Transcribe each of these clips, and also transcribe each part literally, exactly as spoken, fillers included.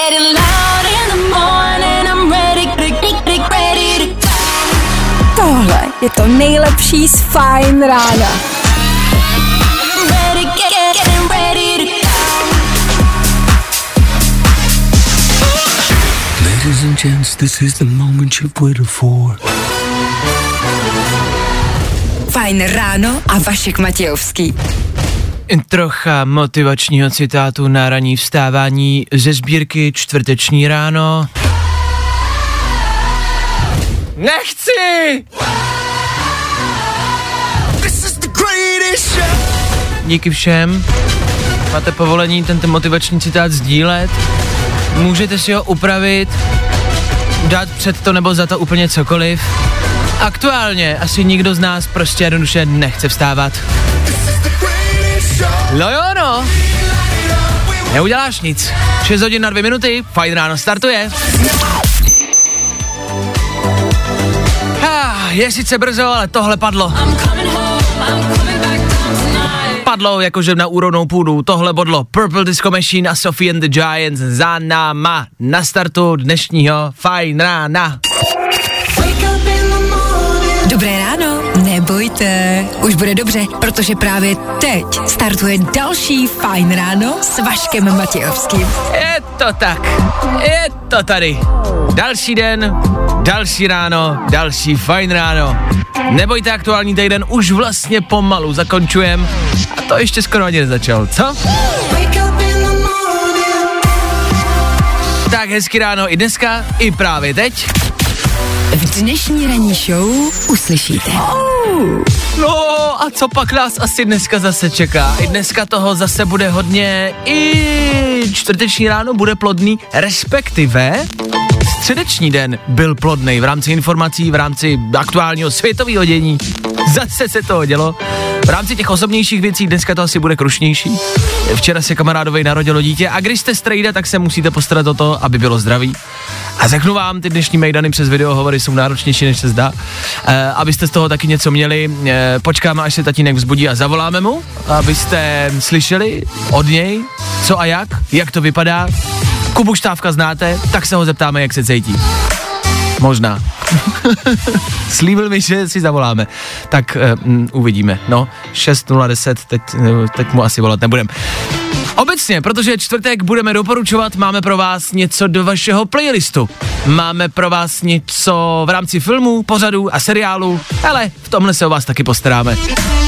Tohle je to nejlepší z Fajn rána. Ladies and gents, this is the moment you've waited for. Fajn ráno a Vašek Matějovský. Trocha motivačního citátu na ranní vstávání ze sbírky Čtvrteční ráno. Nechci! Díky všem. Máte povolení tento motivační citát sdílet. Můžete si ho upravit, dát před to nebo za to úplně cokoliv. Aktuálně asi nikdo z nás prostě jednoduše nechce vstávat. No jo no. Neuděláš nic. šest hodin na dvě minuty, Fajn ráno startuje. Ah, je sice brzo, ale tohle padlo. Padlo jakože na úrodnou půdu, tohle bodlo. Purple Disco Machine a Sophie and the Giants za náma na startu dnešního Fajn rána. Dobré ráno, nebojte, už bude dobře, protože právě teď startuje další Fajn ráno s Vaškem Matějovským. Je to tak, je to tady. Další den, další ráno, další Fajn ráno. Nebojte, aktuální týden už vlastně pomalu zakončujem a to ještě skoro ani nezačal, co? Tak hezky ráno i dneska, i právě teď. V dnešní ranní show uslyšíte. Oh. No a co pak nás asi dneska zase čeká? I dneska toho zase bude hodně, i čtvrteční ráno bude plodný, respektive středeční den byl plodnej v rámci informací, v rámci aktuálního světového dění. Zase se toho dělo. V rámci těch osobnějších věcí dneska to asi bude krušnější. Včera se kamarádovi narodilo dítě a když jste strejda, tak se musíte postarat o to, aby bylo zdravý. A řeknu vám, ty dnešní mejdany přes videohovory jsou náročnější, než se zdá. E, abyste z toho taky něco měli, e, počkáme, až se tatínek vzbudí a zavoláme mu, abyste slyšeli od něj, co a jak, jak to vypadá. Kubu Štávka znáte, tak se ho zeptáme, jak se cítí. Možná. Slíbil mi, že si zavoláme. Tak um, uvidíme. No, šest nula deset, teď, teď mu asi volat nebudem. Obecně, protože je čtvrtek, budeme doporučovat, máme pro vás něco do vašeho playlistu. Máme pro vás něco v rámci filmů, pořadů a seriálů, ale v tomhle se o vás taky postaráme.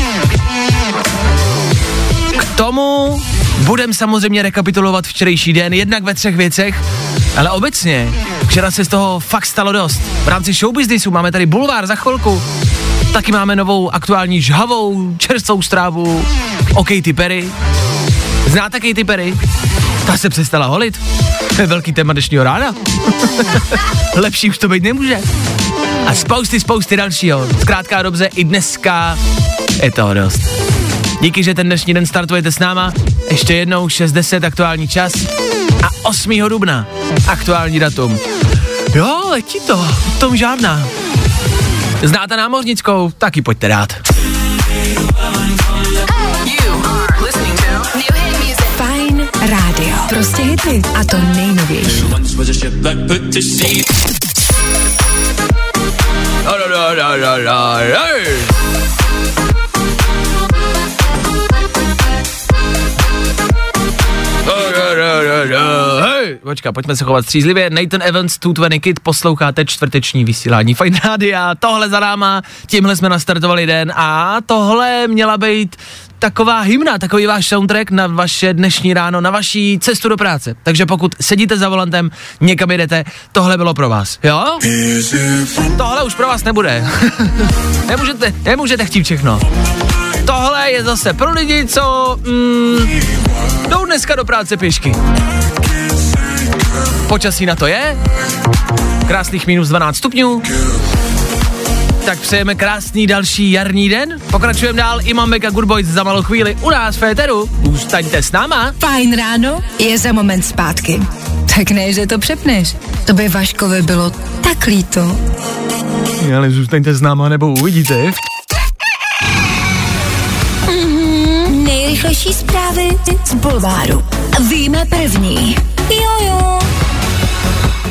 K tomu budeme samozřejmě rekapitulovat včerejší den, jednak ve třech věcech, ale obecně, včera se z toho fakt stalo dost. V rámci showbiznisu máme tady bulvár za chvilku, taky máme novou aktuální žhavou, čerstvou strávu o Katy Perry. Znáte Katy Perry? Ta se přestala holit. To je velký téma dnešního rána. Lepší už to být nemůže. A spousty, spousty dalšího. Zkrátka dobře, i dneska je toho dost. Díky, že ten dnešní den startujete s náma. Ještě jednou šest deset aktuální čas a osmého dubna aktuální datum. Jo, letí to, v tom žádná. Znáte námořnickou? Taky pojďte dát. Fajn rádio. Prostě hity. A to nejnovější. Počka, pojďme se chovat střízlivě. Nathan Evans, Two Twenty Kid, posloucháte čtvrteční vysílání Fajn rádia. Tohle za náma, tímhle jsme nastartovali den a tohle měla být taková hymna, takový váš soundtrack na vaše dnešní ráno, na vaší cestu do práce. Takže pokud sedíte za volantem, někam jedete, tohle bylo pro vás, jo? Tohle už pro vás nebude. nemůžete, nemůžete chtít všechno. Tohle je zase pro lidi, co mm, jdou dneska do práce pěšky. Počasí na to je, krásných minus dvanáct stupňů. Tak přejeme krásný další jarní den. Pokračujeme dál, Imam Bek a Good Boys za malou chvíli u nás v éteru. Zůstaňte s náma. Fajn ráno je za moment zpátky. Tak ne, že to přepneš. To by Vaškovi bylo tak líto. Ale zůstaňte s náma, nebo uvidíte. Mm-hmm, nejrychlejší zprávy z bulváru. Víme první. Jojo.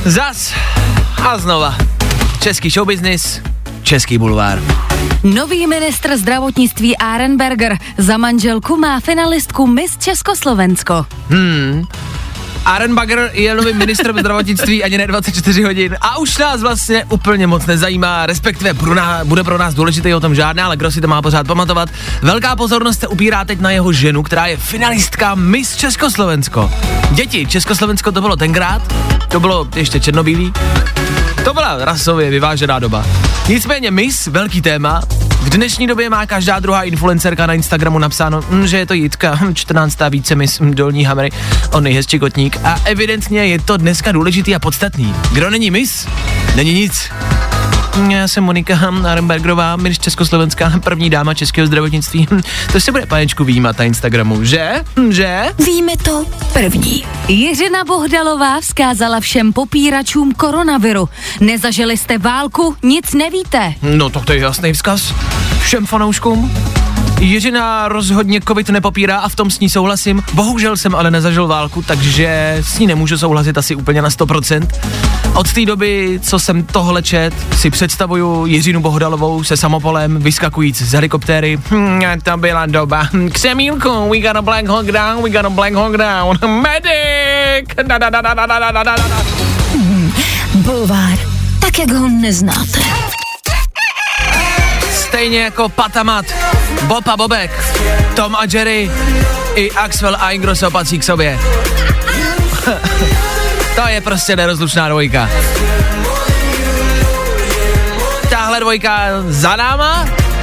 Zas a znova. Český showbiznis, český bulvár. Nový ministr zdravotnictví Arenberger za manželku má finalistku Miss Československo. Hmm. Arenberger je nový ministr zdravotnictví ani ne dvacet čtyři hodin a už nás vlastně úplně moc nezajímá, respektive pro nás, bude pro nás důležitý o tom žádná, ale kdo si to má pořád pamatovat. Velká pozornost se upírá teď na jeho ženu, která je finalistka Miss Československo. Děti, Československo to bylo tenkrát, to bylo ještě černobílý, to byla rasově vyvážená doba. Nicméně Miss, velký téma, v dnešní době má každá druhá influencerka na Instagramu napsáno, mm, že je to Jitka, čtrnáctá více Miss Dolní Hamry, on nejhezčí kotník a evidentně je to dneska důležitý a podstatný. Kdo není Miss, není nic. Já jsem Monika Arenbergerová, Miss Československá, první dáma českého zdravotnictví. To se bude, panečku, výjímat na Instagramu, že? Že? Víme to první. Jiřina Bohdalová vzkázala všem popíračům koronaviru. Nezažili jste válku, nic nevíte. No to je jasný vzkaz všem fanouškům. Jiřina rozhodně covid nepopírá a v tom s ní souhlasím. Bohužel jsem ale nezažil válku, takže s ní nemůžu souhlasit asi úplně na sto procent. Od té doby, co jsem tohle čet, si představuju Jiřinu Bohdalovou se samopolem, vyskakujíc z helikoptéry. Hm, to byla doba. Křemílku, we got a black hawk down, we got a black hawk down. Medic! Da, da, da, da, da, da, da, da. Hmm, bulvár, tak jak ho neznáte. Stejně jako Patamat, Bob a Bobek, Tom a Jerry i Axel a Ingrosso patří k sobě. To je prostě nerozlučná dvojka. Tahle dvojka za náma.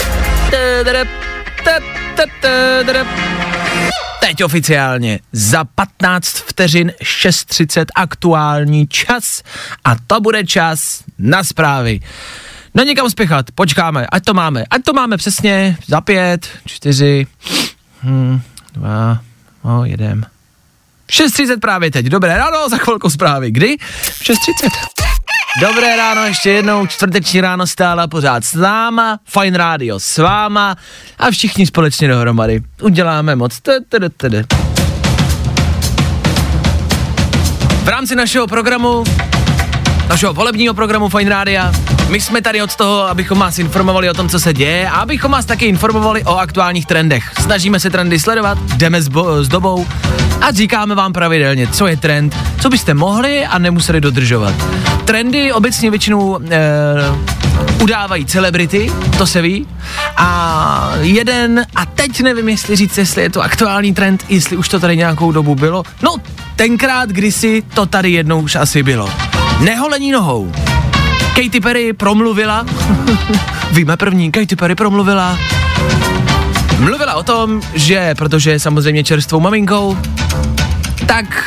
Teď oficiálně za patnáct vteřin šest třicet aktuální čas a to bude čas na zprávy. No někam spěchat, počkáme, ať to máme, ať to máme přesně za pět, čtyři, hm, dva, no jedem. šest třicet právě teď, dobré ráno, za chvilku zprávy, kdy? šest třicet. Dobré ráno, ještě jednou, čtvrteční ráno stála pořád s náma, Fajn rádio s váma a všichni společně dohromady. Uděláme moc. V rámci našeho programu, našeho volebního programu Fajn rádia, my jsme tady od toho, abychom vás informovali o tom, co se děje a abychom vás taky informovali o aktuálních trendech. Snažíme se trendy sledovat, jdeme s, bo- s dobou a říkáme vám pravidelně, co je trend, co byste mohli a nemuseli dodržovat. Trendy obecně většinou e, udávají celebrity, to se ví, a jeden, a teď nevím, jestli říct, jestli je to aktuální trend, jestli už to tady nějakou dobu bylo, no tenkrát kdysi to tady jednou už asi bylo. Neholení nohou. Katy Perry promluvila, víme první, Katy Perry promluvila, mluvila o tom, že protože je samozřejmě čerstvou maminkou, tak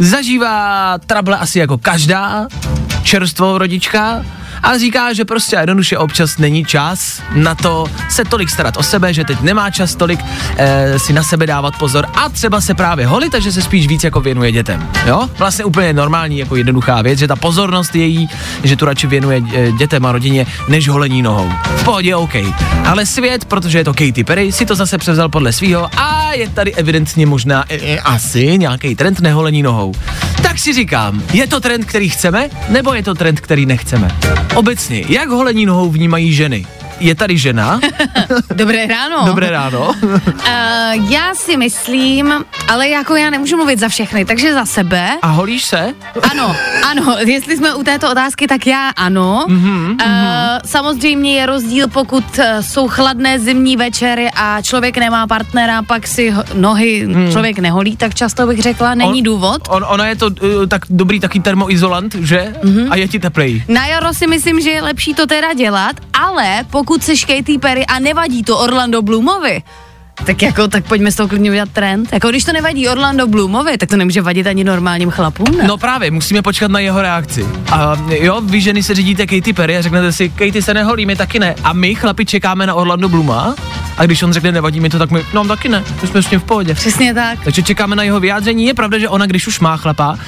zažívá trable asi jako každá čerstvou rodička a říká, že prostě jednoduše občas není čas na to se tolik starat o sebe, že teď nemá čas tolik e, si na sebe dávat pozor a třeba se právě holit, takže se spíš víc jako věnuje dětem, jo? Vlastně úplně normální, jako jednoduchá věc, že ta pozornost její, že tu radši věnuje e, dětem a rodině, než holení nohou. V pohodě, OK. Ale svět, protože je to Katy Perry, si to zase převzal podle svýho a je tady evidentně možná e, e, asi nějaký trend neholení nohou. Tak si říkám, je to trend, který chceme, nebo je to trend, který nechceme? Obecně, jak holení nohou vnímají ženy? Je tady žena? Dobré ráno. Dobré ráno. uh, já si myslím, ale jako já nemůžu mluvit za všechny, takže za sebe. A holíš se? Ano, ano, jestli jsme u této otázky, tak já ano. Mm-hmm, uh, mm-hmm. Samozřejmě je rozdíl, pokud jsou chladné zimní večery a člověk nemá partnera, pak si nohy mm. člověk neholí, tak často bych řekla, není on, důvod. On, ona je to uh, tak dobrý taky termoizolant, že? Mm-hmm. A je ti teplej. Na jaro si myslím, že je lepší to teda dělat, ale pokud seš Katy Perry a nevadí to Orlando Bloomovi, tak jako, tak pojďme s toho klidně udělat trend. Jako když to nevadí Orlando Bloomovi, tak to nemůže vadit ani normálním chlapům, ne? No právě, musíme počkat na jeho reakci. A jo, vy ženy se řídíte Katy Perry a řeknete si, Katy se neholí, my taky ne. A my chlapi čekáme na Orlando Blooma a když on řekne nevadí mi to, tak my, no taky ne, my jsme s tím v pohodě. Přesně tak. Takže čekáme na jeho vyjádření. Je pravda, že ona, když už má chlapa,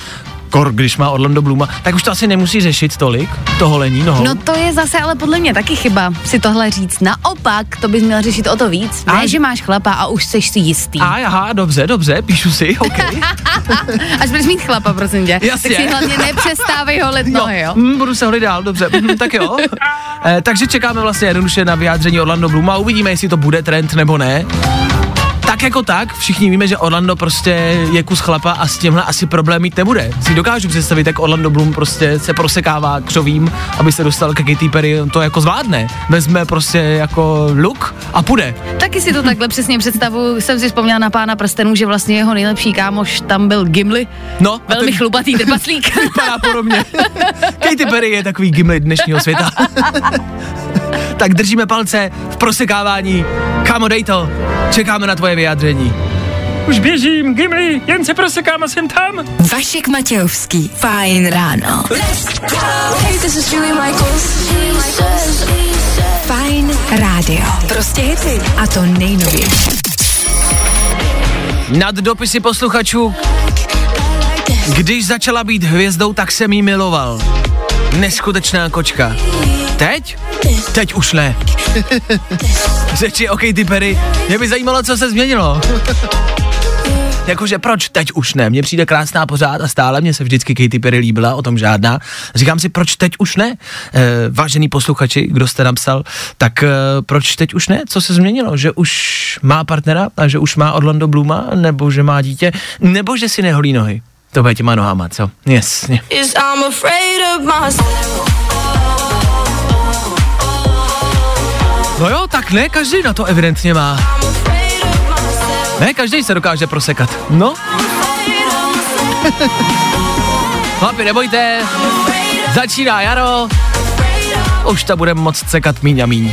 kor, když má Orlando Blooma, tak už to asi nemusí řešit tolik, to holení nohou. No to je zase ale podle mě taky chyba si tohle říct. Naopak, to bys měl řešit o to víc. Ne, a... že máš chlapa a už seš si jistý. A aha, dobře, dobře, píšu si, OK. Až budeš mít chlapa, prosím tě. Jasně. Tak si hlavně nepřestávej holit no, nohy, jo? Mm, budu se holit dál, dobře, mm, tak jo. E, takže čekáme vlastně jednoduše na vyjádření Orlando Blooma a uvidíme, jestli to bude trend nebo ne. Tak jako tak, všichni víme, že Orlando prostě je kus chlapa a s tímhle asi problém mít nebude. Si dokážu představit, jak Orlando Bloom prostě se prosekává křovím, aby se dostal ke Katy Perry, to jako zvládne. Vezme prostě jako look a půjde. Taky si to takhle přesně představu, jsem si vzpomněla na Pána prstenů, že vlastně jeho nejlepší kámoš tam byl Gimli. No. Velmi ten... chlupatý trpaslík. Vypadá podobně. Katy Perry je takový Gimli dnešního světa. Tak držíme palce v prosekávání. Kámo, dej to. Čekáme na tvoje vyjádření. Už běžím, Gimli, jen se prosekám a jsem tam. Vašek Matějovský, Fajn ráno. Hey, this is Julie Michaels. Fajn rádio. Prostě hity. A to nejnovější. Nad dopisy posluchačů. Když začala být hvězdou, tak jsem jí miloval. Neskutečná kočka. Teď? Teď už ne. Řeči o Katy Perry. Mě by zajímalo, co se změnilo. Jakože proč teď už ne? Mně přijde krásná pořád a stále mě se vždycky Katy Perry líbila, o tom žádná. Říkám si, proč teď už ne? E, vážený posluchači, kdo jste napsal, tak e, proč teď už ne? Co se změnilo? Že už má partnera a že už má Orlando Blooma? Nebo že má dítě? Nebo že si neholí nohy? To bude těma nohama, co? Jasně. No jo, tak ne, každý na to evidentně má. Ne, každý se dokáže prosekat. No. Chlapi, nebojte. Začíná jaro. Už to budeme moc sekat míň a míň.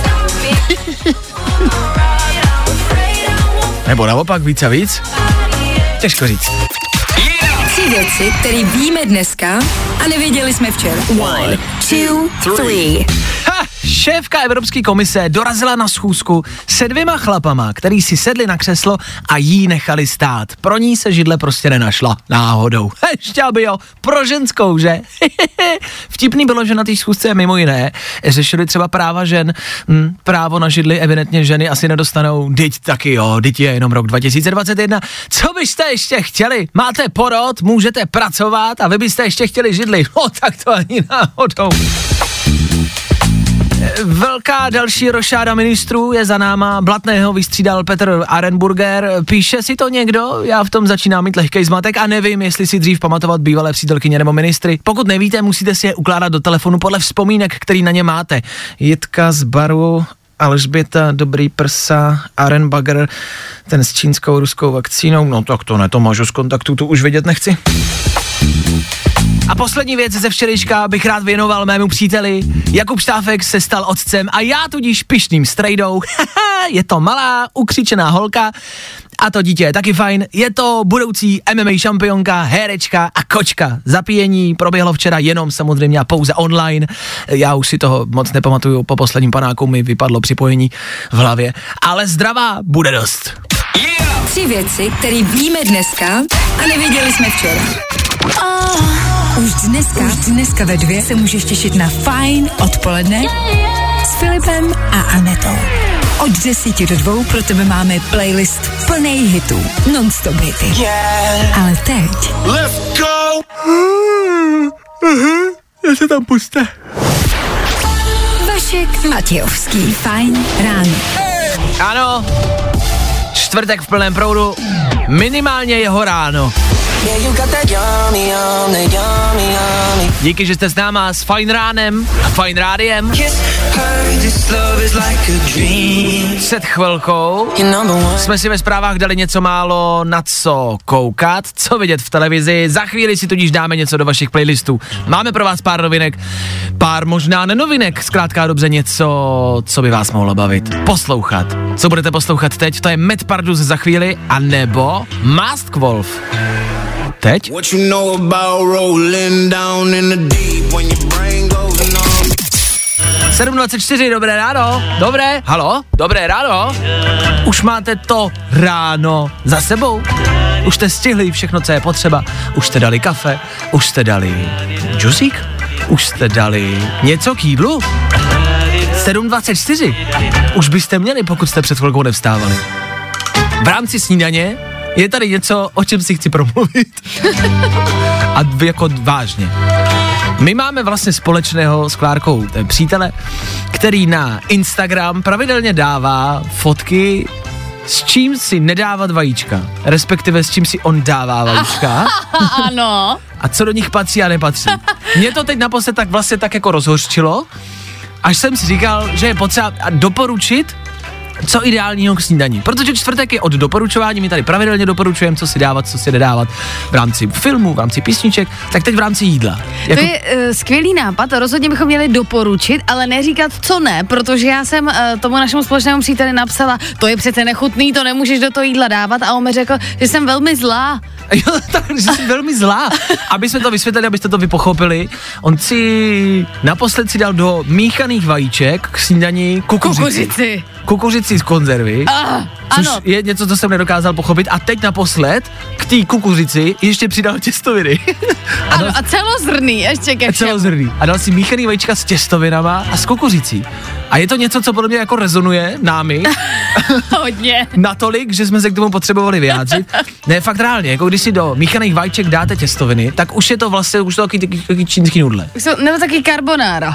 Nebo naopak víc a víc. Těžko říct. Tři věci, které víme dneska a nevěděli jsme včera. One, two, three. Ha! Šéfka Evropské komise dorazila na schůzku se dvěma chlapama, který si sedli na křeslo a jí nechali stát. Pro ní se židle prostě nenašla. Náhodou. Ještě by jo, pro ženskou, že? Vtipný bylo, že na té schůzce mimo jiné řešili třeba práva žen. Hm, právo na židli evidentně ženy asi nedostanou. Dyť taky jo, dyť je jenom rok dva tisíce dvacet jedna. Co byste ještě chtěli? Máte porod, můžete pracovat a vy byste ještě chtěli židli. No tak to ani náhodou. Velká další rošáda ministrů je za náma, Blatného vystřídal Petr Arenburger, píše si to někdo? Já v tom začínám mít lehkej zmatek a nevím, jestli si dřív pamatovat bývalé přítelkyně nebo ministry. Pokud nevíte, musíte si je ukládat do telefonu podle vzpomínek, který na ně máte. Jitka z baru, Alžběta, Dobrý prsa, Arenbagger, ten s čínskou ruskou vakcínou, no tak to ne, to mážu z kontaktu, to už vidět nechci. A poslední věc ze včerejška bych rád věnoval mému příteli. Jakub Štáfek se stal otcem a já tudíž pyšným strejdou. Je to malá, ukřičená holka a to dítě je taky fajn. Je to budoucí M M A šampionka, herečka a kočka. Zapíjení proběhlo včera jenom samozřejmě a pouze online. Já už si toho moc nepamatuju, po posledním panáku mi vypadlo připojení v hlavě. Ale zdravá bude dost. Yeah! Tři věci, které víme dneska a nevěděli jsme včera. Oh. Už dneska, už dneska ve dvě se můžeš těšit na Fajn odpoledne s Filipem a Anetou. Od desíti do dvou pro tebe máme playlist plnej hitů, non-stop hity. Yeah. Ale teď... Let's go! Uh-huh. Já se tam puste. Vašek Matějovský, Fajn ráno. Ano, čtvrtek v plném proudu, minimálně jeho ráno. Díky, že jste s náma s Fajn ránem a Fajn rádiem. Před chvilkou jsme si ve zprávách dali něco málo na co koukat, co vidět v televizi. Za chvíli si tudíž dáme něco do vašich playlistů. Máme pro vás pár novinek, pár možná nenovinek, zkrátka dobře něco, co by vás mohlo bavit. Poslouchat. Co budete poslouchat teď? To je Matt Pardus za chvíli, anebo Mask Wolf. Teď? sedm dvacet čtyři, dobré ráno, dobré, halo, dobré ráno, už máte to ráno za sebou? Už jste stihli všechno, co je potřeba. Už jste dali kafe, už jste dali džusík, už jste dali něco k jídlu. sedm dvacet čtyři. Už byste měli, pokud jste před chvilkou nevstávali. V rámci snídaně je tady něco, o čem si chci promluvit. A jako vážně. My máme vlastně společného s Klárkou přítele, který na Instagram pravidelně dává fotky, s čím si nedávat vajíčka. Respektive s čím si on dává vajíčka. Ano. A co do nich patří a nepatří. Mě to teď naposled tak vlastně tak jako rozhořčilo, až jsem si říkal, že je potřeba doporučit, co ideálního k snídaní. Protože čtvrtek je od doporučování, my tady pravidelně doporučujeme, co si dávat, co si nedávat v rámci filmu, v rámci písniček, tak teď v rámci jídla. Jako... To je uh, skvělý nápad, rozhodně bychom měli doporučit, ale neříkat, co ne, protože já jsem uh, tomu našemu společnému příteli napsala, to je přece nechutný, to nemůžeš do toho jídla dávat, a on mi řekl, že jsem velmi zlá. Jo, tak, že jsi velmi zlá. Aby jsme to vysvětlili, abyste to vypochopili, on si naposled si dal do míchaných vajíček k snídani kukuřici. Kukuřici. Kukuřici z konzervy, Ah, což ano. je něco, co jsem nedokázal pochopit, a teď naposled k té kukuřici ještě přidal těstoviny. A ano, a celozrný ještě ke všemu. Celozrný. A dal si míchaný vajíčka s těstovinama a s kukuřicí. A je to něco, co podle mě jako rezonuje námi. Hodně. Natolik, že jsme se k tomu potřebovali vyjádřit. Ne, fakt reálně, jako když si do míchaných vajíček dáte těstoviny, tak už je to vlastně, už to taky, taky, taky čínský nudle. Nebo taky carbonara.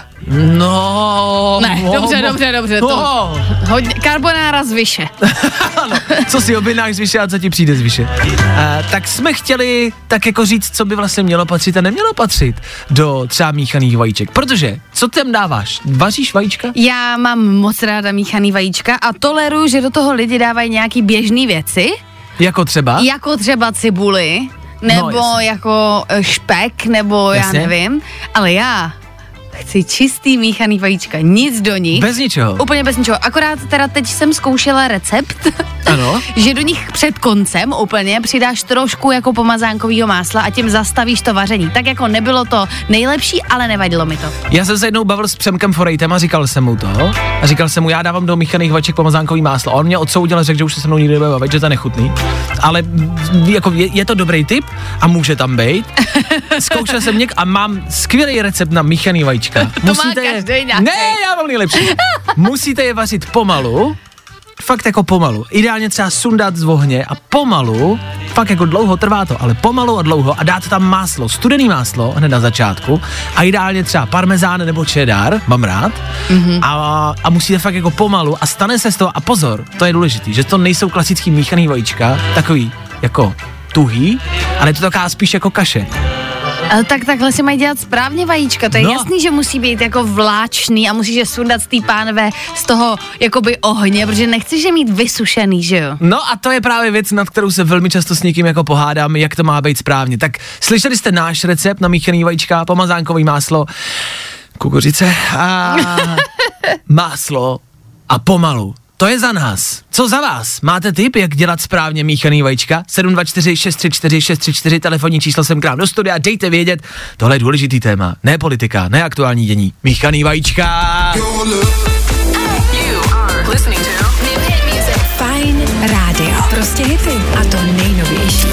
No. Ne, no, dobře, no, dobře, dobře. To. No. Hodně, carbonara z Vyše. Ano, co si objednáš z Vyše a co ti přijde z Vyše. A, tak jsme chtěli tak jako říct, co by vlastně mělo patřit a nemělo patřit do třeba míchaných vajíček. Protože, co tam dáváš? Vaříš vajíčka? Já mám moc ráda míchaný vajíčka a toleruju, že do toho lidi dávají nějaký běžný věci. Jako třeba? Jako třeba cibuli, nebo No, jako špek, nebo Jasně. já nevím. Ale já chci čistý míchaný vajíčka, nic do nich. Bez ničeho? Úplně bez ničeho. Akorát teda teď jsem zkoušela recept, Ano. že do nich před koncem úplně přidáš trošku jako pomazánkovýho másla a tím zastavíš to vaření. Tak jako nebylo to nejlepší, ale nevadilo mi to. Já jsem se jednou bavil s Přemkem Forejtem a říkal jsem mu to. A říkal jsem mu, já dávám do míchaných vajíček pomazánkový máslo. A on mě odsoudil a řekl, že už se se mnou nikdy nebude bavit, že to je nechutný. Ale jako je, je to dobrý tip a může tam být. Zkoušel jsem něk a mám skvělý recept na míchaný vajíčka. To má každý nějaký. Ne, já mám nejlepší. Musíte je vařit pomalu. Fakt jako pomalu. Ideálně třeba sundat z ohně a pomalu, fakt jako dlouho trvá to, ale pomalu a dlouho, a dát tam máslo, studený máslo hned na začátku a ideálně třeba parmezán nebo cheddar, mám rád, mm-hmm. a, a musíte fakt jako pomalu a stane se z toho, a pozor, to je důležitý, že to nejsou klasický míchaný vajíčka, takový jako tuhý, ale je to taková spíš jako kaše. Ale tak takhle si mají dělat správně vajíčka, to je No. jasný, že musí být jako vláčný a musíš je sundat z té pánve z toho jakoby ohně, protože nechceš je mít vysušený, že jo? No a to je právě věc, nad kterou se velmi často s někým jako pohádám, jak to má být správně. Tak slyšeli jste náš recept na míchaný vajíčka, pomazánkový máslo, kukuřice a máslo a pomalu. To je za nás. Co za vás? Máte tip, jak dělat správně míchaný vajíčka? sedm dva čtyři šest tři čtyři šest tři čtyři, telefonní číslo sem k nám do studia, dejte vědět. Tohle je důležitý téma, ne politika, ne aktuální dění. Míchaný vajíčka. Fajn rádio. Prostě hity. A to nejnovější.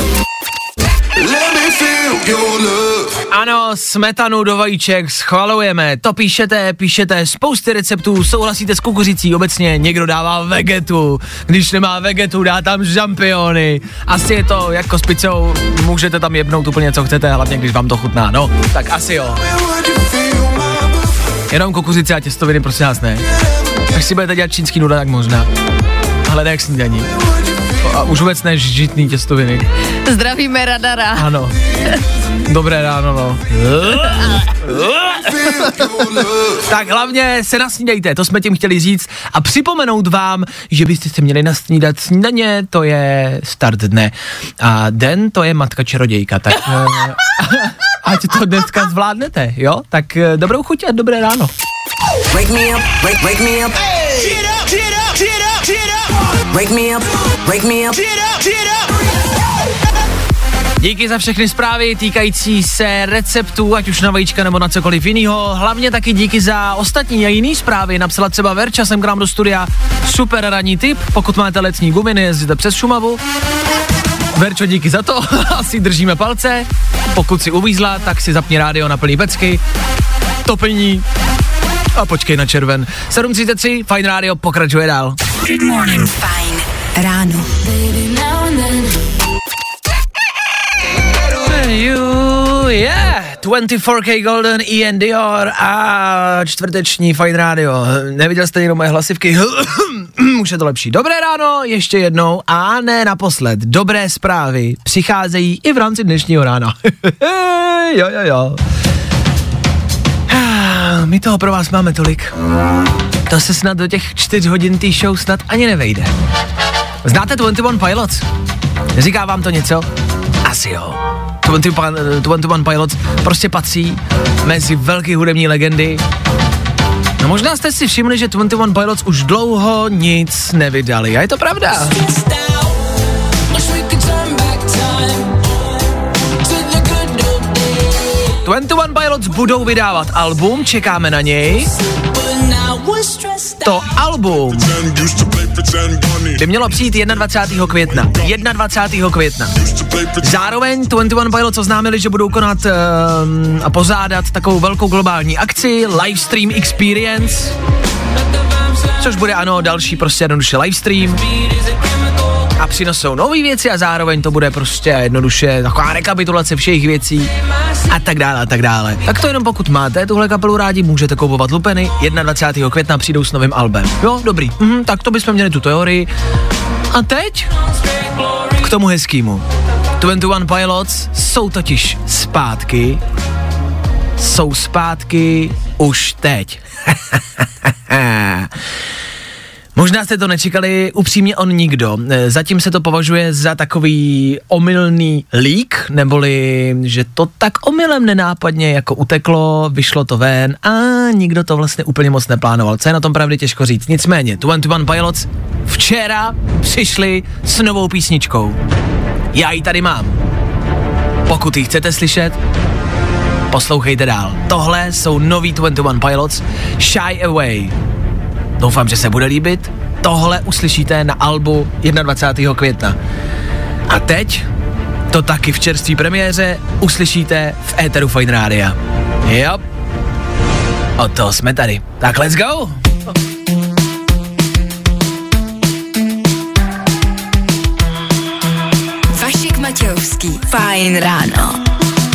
Ano, smetanu do vajíček schvalujeme, to píšete, píšete spousty receptů, souhlasíte s kukuřicí, obecně někdo dává vegetu, když nemá vegetu, dá tam žampiony, asi je to jako s pizzou, můžete tam jebnout úplně co chcete, hlavně když vám to chutná, no, tak asi jo. Jenom kukuřice a těstoviny, prosím nás ne. Až si budete dělat čínský nudle, tak možná, ale ne k snídaní. A už vůbec ne žitný těstoviny. Zdravíme radara. Ano. Dobré ráno, no. Tak hlavně se nasnídejte, to jsme tím chtěli říct, a připomenout vám, že byste se měli nasnídat snídaně, to je start dne. A den, to je matka čarodějka, tak eh, ať to dneska zvládnete, jo? Tak eh, dobrou chuť a dobré ráno. Wake me up, wake, wake me up. Wake me up, wake me up. Díky za všechny zprávy týkající se receptů, ať už na vajíčka nebo na cokoliv jinýho. Hlavně taky díky za ostatní a jiný zprávy. Napsala třeba Verča sem k nám do studia. Super ranní tip, pokud máte letní gumy, nejezdíte přes Šumavu. Verčo, díky za to, asi držíme palce. Pokud si uvízla, tak si zapni rádio na plný pecky. Topení a počkej na červen. sedm třicet tři, Fajn rádio pokračuje dál. Good morning, Fajn ráno. You, yeah, dvacet čtyři K Golden, Ian Dior a čtvrteční Fajn rádio. Neviděl jste jenom moje hlasivky? Už je to lepší. Dobré ráno, ještě jednou a ne naposled. Dobré zprávy přicházejí i v rámci dnešního rána. Jo, jo, jo. My toho pro vás máme tolik. To se snad do těch čtyř hodin tý show snad ani nevejde. Znáte dvacet jedna Pilots? Říká vám to něco? Asi jo. dvacet jedna Pilots prostě patří mezi velké hudební legendy. No možná jste si všimli, že dvacet jedna Pilots už dlouho nic nevydali. A je to pravda. dvacet jedna Pilots budou vydávat album, čekáme na něj. To album by mělo přijít dvacátého prvního května. dvacátého prvního května. Zároveň dvacet jedna Pilots oznámili, že budou konat uh, a pořádat takovou velkou globální akci, Livestream Experience, což bude ano další prostě jednoduše livestream. A přinosou nové věci a zároveň to bude prostě jednoduše taková rekapitulace všech věcí a tak dále a tak dále. Tak to jenom pokud máte tuhle kapelu rádi, můžete koupovat lupeny, dvacátého prvního května přijdou s novým albem. Jo, dobrý, mhm, tak to bychom měli tu teorii. A teď k tomu hezkýmu. dvacet jedna Pilots jsou totiž zpátky, jsou zpátky už teď. Možná jste to nečekali, upřímně on nikdo. Zatím se to považuje za takový omylný leak, neboli, že to tak omylem nenápadně jako uteklo, vyšlo to ven a nikdo to vlastně úplně moc neplánoval. Co je na tom pravdy těžko říct. Nicméně, dvacet jedna Pilots včera přišli s novou písničkou. Já ji tady mám. Pokud ji chcete slyšet, poslouchejte dál. Tohle jsou nový dvacet jedna Pilots, Shy Away. Doufám, že se bude líbit. Tohle uslyšíte na albu dvacátého prvního května. A teď to taky v čerství premiéře uslyšíte v éteru Fajn rádia. Jo. O to jsme tady. Tak let's go! Vašek Matějovský, Fajn ráno.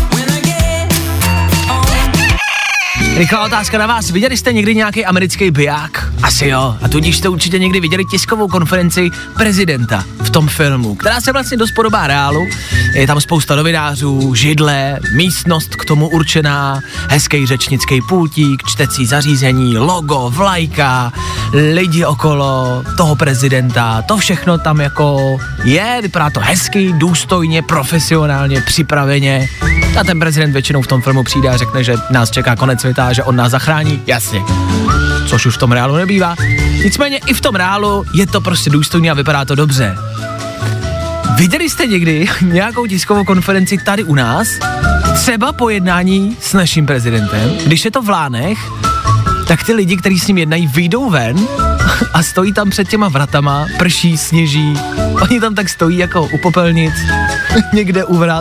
Rychlá otázka na vás. Viděli jste někdy nějaký americký biják? Asi jo. A tudíž jste určitě někdy viděli tiskovou konferenci prezidenta v tom filmu, která se vlastně dost podobá reálu. Je tam spousta novinářů, židle, místnost k tomu určená, hezký řečnický pultík, čtecí zařízení, logo, vlajka, lidi okolo toho prezidenta. To všechno tam jako je, vypadá to hezky, důstojně, profesionálně, připraveně. A ten prezident většinou v tom filmu přijde a řekne, že nás čeká konec světa, že on nás zachrání, jasně. Což už v tom reálu nebývá. Nicméně i v tom reálu je to prostě důstojný a vypadá to dobře. Viděli jste někdy nějakou tiskovou konferenci tady u nás? Třeba po jednání s naším prezidentem, když je to v Lánech, tak ty lidi, kteří s ním jednají, vyjdou ven a stojí tam před těma vratama, prší, sněží. Oni tam tak stojí jako u popelnic, někde u vrat.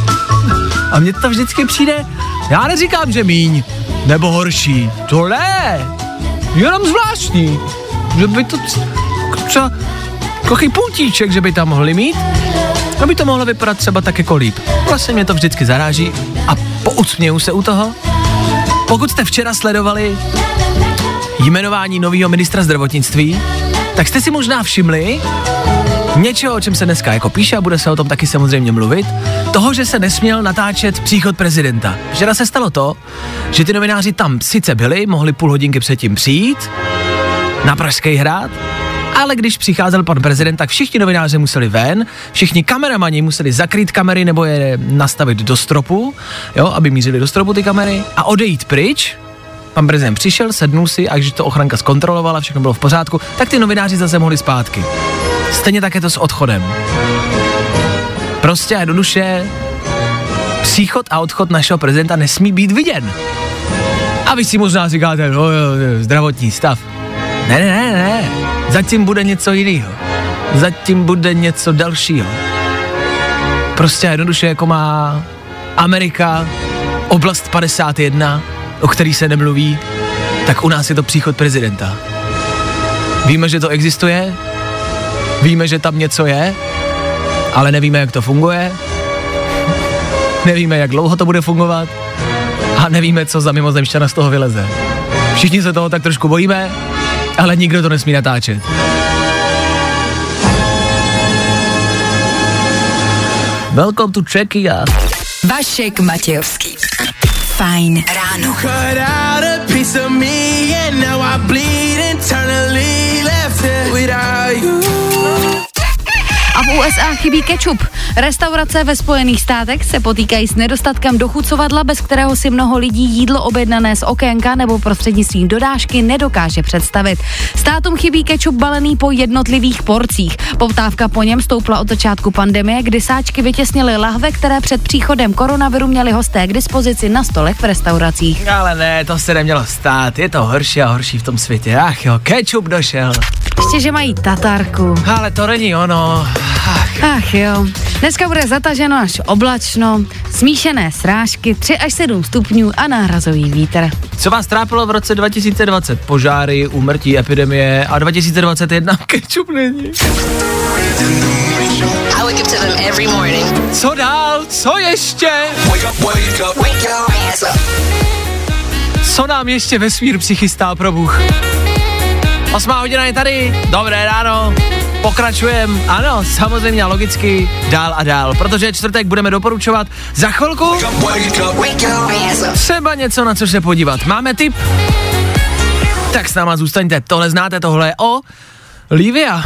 A mně to vždycky přijde, já neříkám, že míň, nebo horší, to ne, jenom zvláštní, že by to třeba takový pultíček, že by tam mohli mít, aby to mohlo vypadat třeba tak jako líp. Vlastně mě to vždycky zaráží a pousměju se u toho. Pokud jste včera sledovali jmenování nového ministra zdravotnictví, tak jste si možná všimli něčeho, o čem se dneska jako píše a bude se o tom taky samozřejmě mluvit, toho, že se nesměl natáčet příchod prezidenta. Včera se stalo to, že ty novináři tam sice byli, mohli půl hodinky předtím přijít na Pražský hrad, ale když přicházel pan prezident, tak všichni novináři museli ven, všichni kameramani museli zakrýt kamery nebo je nastavit do stropu, jo, aby mířili do stropu ty kamery a odejít pryč. Pan prezident přišel, sednul si a když to ochranka zkontrolovala, všechno bylo v pořádku, tak ty novináři zase mohli zpátky. Stejně tak je to s odchodem. Prostě a jednoduše příchod a odchod našeho prezidenta nesmí být viděn. A vy si možná říkáte, no jo, zdravotní stav. Ne, ne, ne, ne, zatím bude něco jiného. Zatím bude něco dalšího. Prostě jednoduše jako má Amerika, oblast padesát jedna, o který se nemluví, tak u nás je to příchod prezidenta. Víme, že to existuje, víme, že tam něco je, ale nevíme, jak to funguje, nevíme, jak dlouho to bude fungovat a nevíme, co za mimozemšťana z toho vyleze. Všichni se toho tak trošku bojíme, ale nikdo to nesmí natáčet. Welcome to Czechia. Vašek Matějovský. Fajn ráno. A v U S A chybí kečup. Restaurace ve Spojených státech se potýkají s nedostatkem dochucovadla, bez kterého si mnoho lidí jídlo objednané z okénka nebo prostřednictvím dodášky nedokáže představit. Státům chybí kečup balený po jednotlivých porcích. Poptávka po něm stoupla od začátku pandemie, kdy sáčky vytěsnily lahve, které před příchodem koronaviru měli hosté k dispozici na stolech v restauracích. Ale ne, to se nemělo stát, je to horší a horší v tom světě. Ach jo, kečup došel. Ještě, že mají tatarku. Ale to není ono. Ach. Ach jo. Dneska bude zataženo až oblačno, smíšené srážky, tři až sedm stupňů a nárazový vítr. Co vás trápilo v roce dva tisíce dvacet? Požáry, úmrtí, epidemie a dva tisíce dvacet jedna kečup není. Co dál? Co ještě? Co nám ještě vesmír přichystá pro Bůh? Osmá hodina je tady, dobré ráno, pokračujeme, ano, samozřejmě logicky, dál a dál, protože čtvrtek budeme doporučovat za chvilku třeba něco, na co se podívat. Máme tip? Tak s náma zůstaňte, tohle znáte, tohle je o Livia.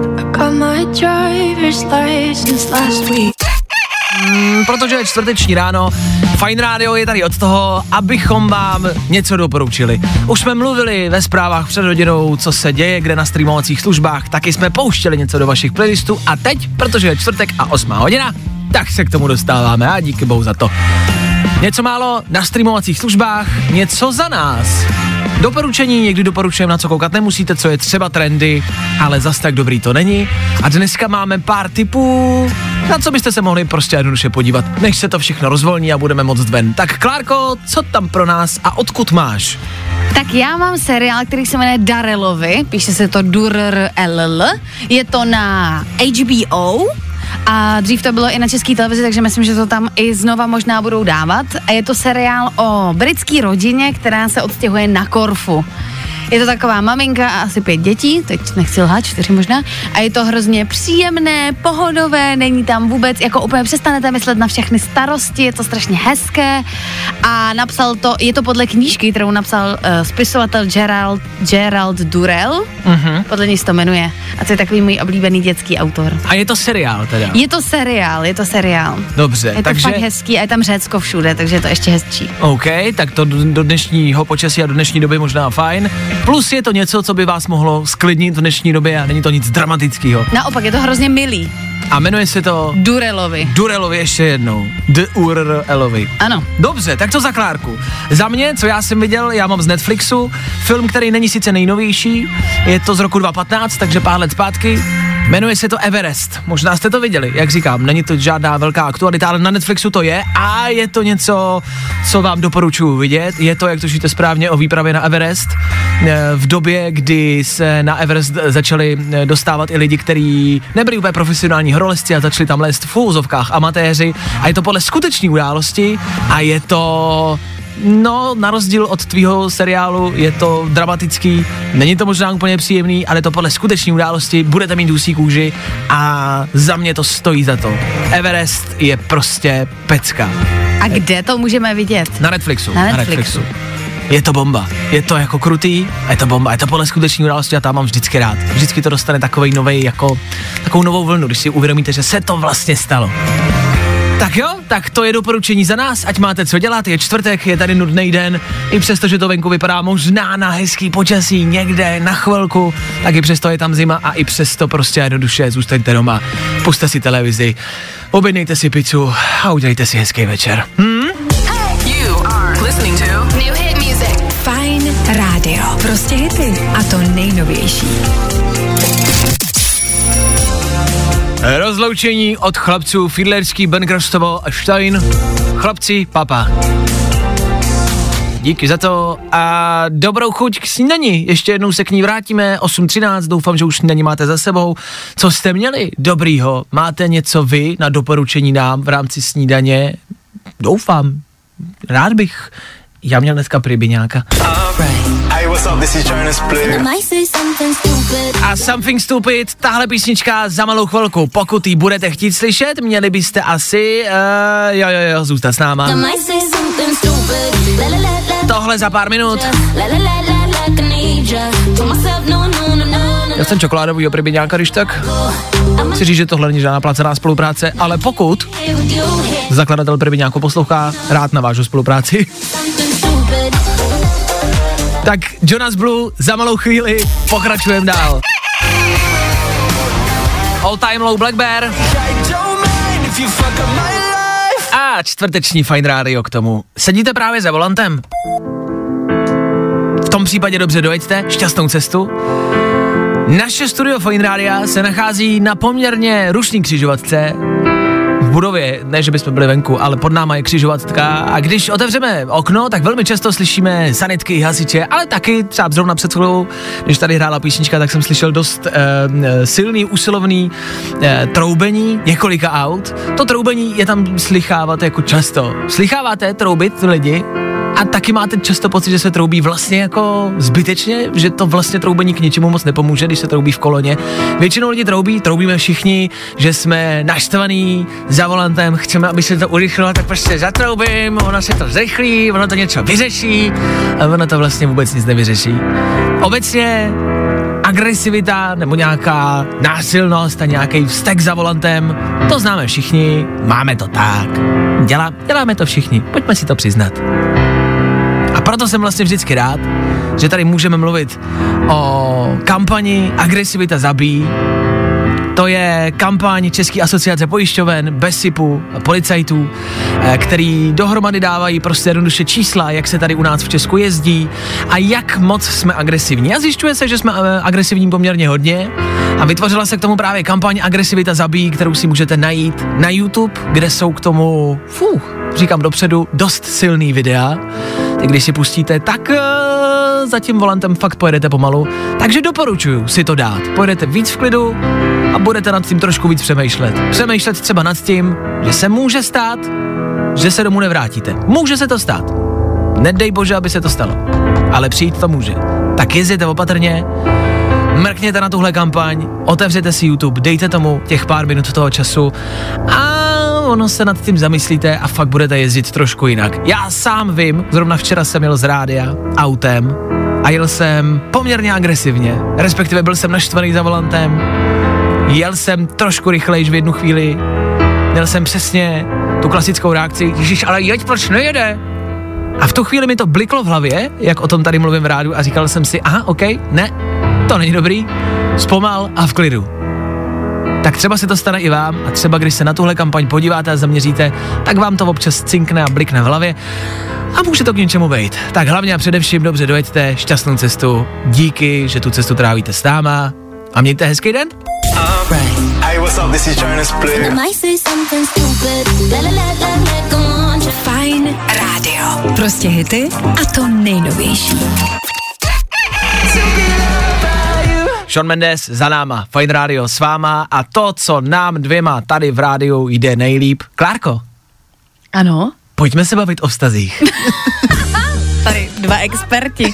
Hmm, protože je čtvrteční ráno, Fajn rádio je tady od toho, abychom vám něco doporučili. Už jsme mluvili ve zprávách před hodinou, co se děje, kde na streamovacích službách, taky jsme pouštěli něco do vašich playlistů a teď, protože je čtvrtek a osmá hodina, tak se k tomu dostáváme a díky bohu za to. Něco málo na streamovacích službách, něco za nás. Doporučení, někdy doporučujeme, na co koukat nemusíte, co je třeba trendy, ale zas tak dobrý to není. A dneska máme pár tipů, na co byste se mohli prostě jednoduše podívat, než se to všechno rozvolní a budeme moc ven. Tak Klárko, co tam pro nás a odkud máš? Tak já mám seriál, který se jmenuje Darelovi, píše se to D U R R L L, je to na H B O. A dřív to bylo i na české televizi, takže myslím, že to tam i znova možná budou dávat. A je to seriál o britské rodině, která se odstěhuje na Korfu. Je to taková maminka a asi pět dětí, teď nechci lhát, čtyři možná, a je to hrozně příjemné, pohodové, není tam vůbec, jako úplně přestanete myslet na všechny starosti, je to strašně hezké a napsal to, je to podle knížky, kterou napsal uh, spisovatel Gerald, Gerald Durrell, uh-huh. Podle něj se to jmenuje a to je takový můj oblíbený dětský autor. A je to seriál teda? Je to seriál, je to seriál. Dobře, je takže... to fakt hezký a je tam Řecko všude, takže je to ještě hezčí. OK, tak to do dnešního počasí a do dnešní doby možná fajn. Plus je to něco, co by vás mohlo sklidnit v dnešní době a není to nic dramatického. Naopak, je to hrozně milý. A jmenuje se to... Durellovi. Durellovi ještě jednou. D U R R L-ovi. Ano. Dobře, tak to za Klárku. Za mě, co já jsem viděl, já mám z Netflixu, film, který není sice nejnovější, je to z roku dva tisíce patnáct, takže pár let zpátky. Jmenuje se to Everest. Možná jste to viděli, jak říkám, není to žádná velká aktualita, ale na Netflixu to je a je to něco, co vám doporučuji vidět. Je to, jak to říte správně, o výpravě na Everest. V době, kdy se na Everest začali dostávat i lidi, kteří nebyli úplně profesionální horolezci a začali tam lézt v úzovkách amatéři. A je to podle skutečné události a je to... No, na rozdíl od tvýho seriálu je to dramatický, není to možná úplně příjemný, ale to podle skutečné události, budete mít dusí kůži a za mě to stojí za to. Everest je prostě pecka. A kde to můžeme vidět? Na Netflixu. Na Netflixu. Na Netflixu. Je to bomba, je to jako krutý, je to bomba, je to podle skutečné události a tam mám vždycky rád. Vždycky to dostane takovej novej, jako takovou novou vlnu, když si uvědomíte, že se to vlastně stalo. Tak jo, tak to je doporučení za nás, ať máte co dělat, je čtvrtek, je tady nudný den, i přesto, že to venku vypadá možná na hezký počasí někde na chvilku, tak i přesto je tam zima a i přesto prostě jednoduše zůstaňte doma, puste si televizi, objednejte si pizzu a udělejte si hezký večer. Hm? You are listening to New Hit Music. Fajn rádio. Prostě hity a to nejnovější. Rozloučení od chlapců Fiedlerský, Benkrstovo a Stein. Chlapci, papa. Díky za to a dobrou chuť k snídani. Ještě jednou se k ní vrátíme, osm třináct, doufám, že už snídani máte za sebou. Co jste měli dobrýho? Máte něco vy na doporučení nám v rámci snídaně? Doufám. Rád bych. Já měl dneska rybiňáka. Hey, what's up? This is Jonas Blue. A Something Stupid, tahle písnička za malou chvilku. Pokud ji budete chtít slyšet, měli byste asi, uh, jo, jo, jo, zůstat s náma. Tohle za pár minut. Já jsem čokoládový rybiňáka, když tak. Chci říct, že tohle není žádná placená spolupráce, ale pokud zakladatel rybiňáku poslouchá, rád navážu spolupráci. Tak Jonas Blue, za malou chvíli pokračujeme dál. All Time Low, Black Bear. A čtvrteční Fine Radio k tomu. Sedíte právě za volantem? V tom případě dobře dojeďte, šťastnou cestu. Naše studio Fine Rádia se nachází na poměrně rušný křižovatce v budově, ne, že bychom byli venku, ale pod náma je křižovatka a když otevřeme okno, tak velmi často slyšíme sanitky, hasiče, ale taky třeba zrovna před chvilou, když tady hrála písnička, tak jsem slyšel dost eh, silný, usilovný eh, troubení několika aut. To troubení je tam slychávat jako často. Slycháváte troubit lidi? A taky máte často pocit, že se troubí vlastně jako zbytečně, že to vlastně troubení k ničemu moc nepomůže, když se troubí v koloně. Většinou lidi troubí, troubíme všichni, že jsme naštvaný za volantem, chceme, aby se to urychlilo, tak prostě zatroubím, ono se to zrychlí, ono to něco vyřeší a ono to vlastně vůbec nic nevyřeší. Obecně agresivita nebo nějaká násilnost a nějaký vztek za volantem, to známe všichni, máme to tak, Dělá, děláme to všichni, pojďme si to přiznat. A proto jsem vlastně vždycky rád, že tady můžeme mluvit o kampani Agresivita zabíjí. To je kampaň České asociace pojišťoven, BESIPu, policajtů, který dohromady dávají prostě jednoduše čísla, jak se tady u nás v Česku jezdí a jak moc jsme agresivní. A zjišťuje se, že jsme agresivní poměrně hodně a vytvořila se k tomu právě kampaň Agresivita zabíjí, kterou si můžete najít na YouTube, kde jsou k tomu, fuh, říkám dopředu, dost silný videa. Ty když si pustíte, tak uh, za tím volantem fakt pojedete pomalu. Takže doporučuju si to dát. Pojedete víc v klidu a budete nad tím trošku víc přemýšlet. Přemýšlet třeba nad tím, že se může stát, že se domů nevrátíte. Může se to stát. Nedej bože, aby se to stalo. Ale přijít to může. Tak jezděte opatrně, mrkněte na tuhle kampaň, otevřete si YouTube, dejte tomu těch pár minut toho času a ono se nad tím zamyslíte a fakt budete jezdit trošku jinak. Já sám vím, zrovna včera jsem jel z rádia autem a jel jsem poměrně agresivně, respektive byl jsem naštvaný za volantem, jel jsem trošku rychlejš v jednu chvíli, měl jsem přesně tu klasickou reakci, ježiš, ale jeď, proč nejede? A v tu chvíli mi to bliklo v hlavě, jak o tom tady mluvím v rádiu a říkal jsem si, aha, ok, ne, to není dobrý, zpomal a v klidu. Tak třeba se to stane i vám a třeba když se na tuhle kampaň podíváte a zaměříte, tak vám to občas cinkne a blikne v hlavě a může to k něčemu být. Tak hlavně a především dobře dojeďte, šťastnou cestu, díky, že tu cestu trávíte s náma a mějte hezký den. Hey, what's up? This is Jonas Blue. Fajn rádio. Prostě hity a to nejnovější. Shawn Mendes za náma, Fajn rádio s váma a to, co nám dvěma tady v rádiu jde nejlíp. Klárko. Ano? Pojďme se bavit o vztazích. Tady dva experti.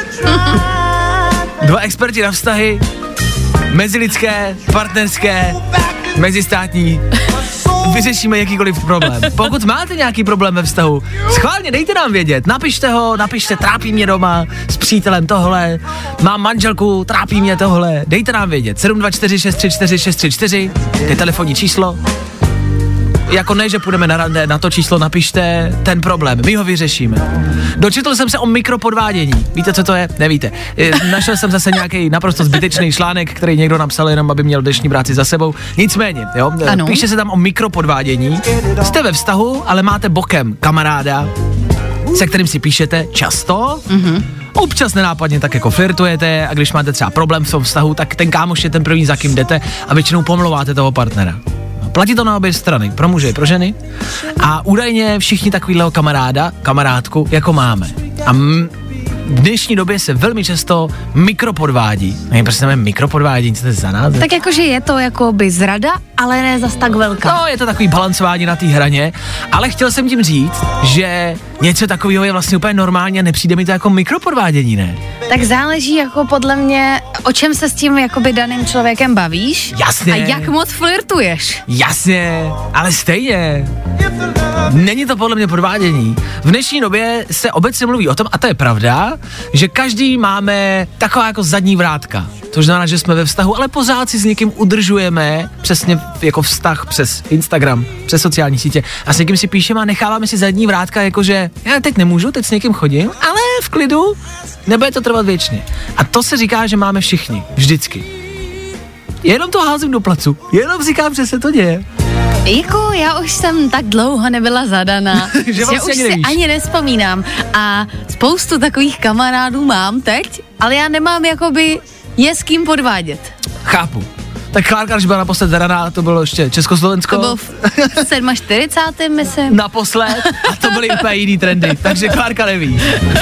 Dva experti na vztahy, mezilidské, partnerské, mezistátní. Vyřešíme jakýkoliv problém. Pokud máte nějaký problém ve vztahu, schválně dejte nám vědět, napište ho, napište, trápí mě doma, s přítelem tohle, mám manželku, trápí mě tohle, dejte nám vědět, sedm dva čtyři šest tři čtyři šest tři čtyři, je telefonní číslo, jako ne, že půjdeme na rande, na to číslo napište ten problém, my ho vyřešíme. Dočetl jsem se o mikropodvádění, víte, co to je? Nevíte. Našel jsem zase nějaký naprosto zbytečný článek, který někdo napsal jenom, aby měl dnešní práci za sebou. Nicméně, jo, ano. Píše se tam o mikropodvádění. Jste ve vztahu, ale máte bokem kamaráda, se kterým si píšete často, mm-hmm. občas nenápadně tak jako flirtujete a když máte třeba problém v tom vztahu, tak ten kámoš je ten první, za kým jdete a většinou pomlouváte toho partnera. Platí to na obě strany, pro muže i pro ženy. A údajně všichni takovýhleho kamaráda, kamarádku, jako máme. A m- v dnešní době se velmi často mikropodvádí. Nevím, proč se jmenuje mikropodvádění, co to je za název? Tak jakože je to jakoby zrada, ale ne zas tak velká. No, je to takový balancování na té hraně, ale chtěl jsem tím říct, že něco takového je vlastně úplně normální a nepřijde mi to jako mikropodvádění, ne? Tak záleží jako podle mě, o čem se s tím jakoby daným člověkem bavíš. Jasně. A jak moc flirtuješ. Jasně, ale stejně. Není to podle mě podvádění. V dnešní době se obecně mluví o tom, a to je pravda, že každý máme taková jako zadní vrátka. To znamená, že jsme ve vztahu, ale pořád si s někým udržujeme přesně jako vztah přes Instagram, přes sociální sítě a s někým si píšeme a necháváme si zadní vrátka, jakože já teď nemůžu, teď s někým chodím, ale v klidu, nebude to trvat věčně. A to se říká, že máme všichni, vždycky. Jenom to házím do placu, jenom říkám, že se to děje. Jako já už jsem tak dlouho nebyla zadaná, že, že vlastně už ani si nevíš. ani nespomínám a spoustu takových kamarádů mám teď, ale já nemám jakoby je s kým podvádět. Chápu. Tak Klárka, když byla naposled zadaná, to bylo ještě Československo. To bylo v čtyřicátém sedmém myslím. Naposled a to byly úplně jiný trendy, takže Klárka neví.